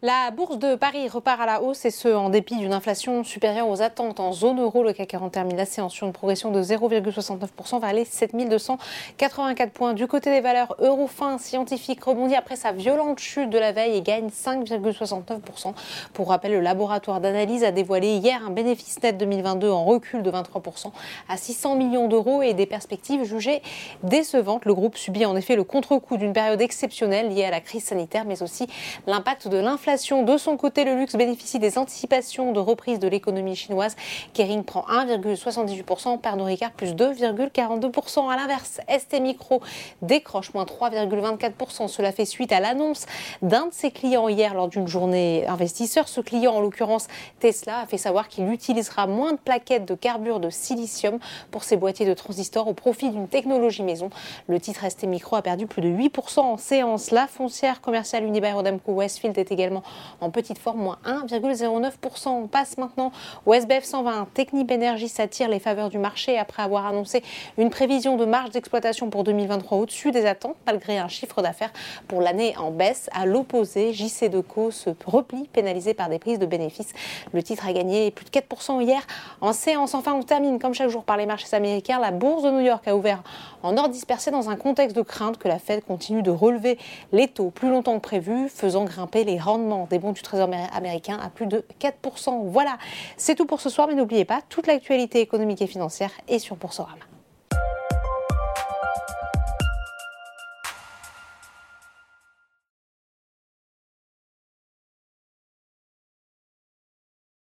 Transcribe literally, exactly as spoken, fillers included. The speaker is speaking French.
La bourse de Paris repart à la hausse et ce, en dépit d'une inflation supérieure aux attentes. En zone euro, le C A C quarante termine la séance sur une progression de zéro virgule soixante-neuf pour cent vers les sept mille deux cent quatre-vingt-quatre points. Du côté des valeurs, Eurofin Scientifique rebondit après sa violente chute de la veille et gagne cinq virgule soixante-neuf pour cent. Pour rappel, le laboratoire d'analyse a dévoilé hier un bénéfice net deux mille vingt-deux en recul de vingt-trois pour cent à six cents millions d'euros et des perspectives jugées décevantes. Le groupe subit en effet le contre-coup d'une période exceptionnelle liée à la crise sanitaire, mais aussi l'impact de l'inflation. De son côté, le luxe bénéficie des anticipations de reprise de l'économie chinoise. Kering prend un virgule soixante-dix-huit pour cent, Pernod Ricard plus deux virgule quarante-deux pour cent. À l'inverse, S T Micro décroche moins trois virgule vingt-quatre pour cent. Cela fait suite à l'annonce d'un de ses clients hier lors d'une journée investisseur. Ce client, en l'occurrence Tesla, a fait savoir qu'il utilisera moins de plaquettes de carbure de silicium pour ses boîtiers de transistors au profit d'une technologie maison. Le titre S T Micro a perdu plus de huit pour cent en séance. La foncière commerciale Unibail-Rodamco-Westfield est également en petite forme, moins un virgule zéro neuf pour cent. On passe maintenant au S B F cent vingt. Technip Energies s'attire les faveurs du marché après avoir annoncé une prévision de marge d'exploitation pour deux mille vingt-trois au-dessus des attentes, malgré un chiffre d'affaires pour l'année en baisse. À l'opposé, J C Decaux se replie, pénalisé par des prises de bénéfices. Le titre a gagné plus de quatre pour cent hier en séance. Enfin, on termine comme chaque jour par les marchés américains. La bourse de New York a ouvert en ordre dispersé dans un contexte de crainte que la Fed continue de relever les taux plus longtemps que prévu, faisant grimper les rendements des bons du Trésor américain à plus de quatre pour cent. Voilà, c'est tout pour ce soir, mais n'oubliez pas, toute l'actualité économique et financière est sur Boursorama.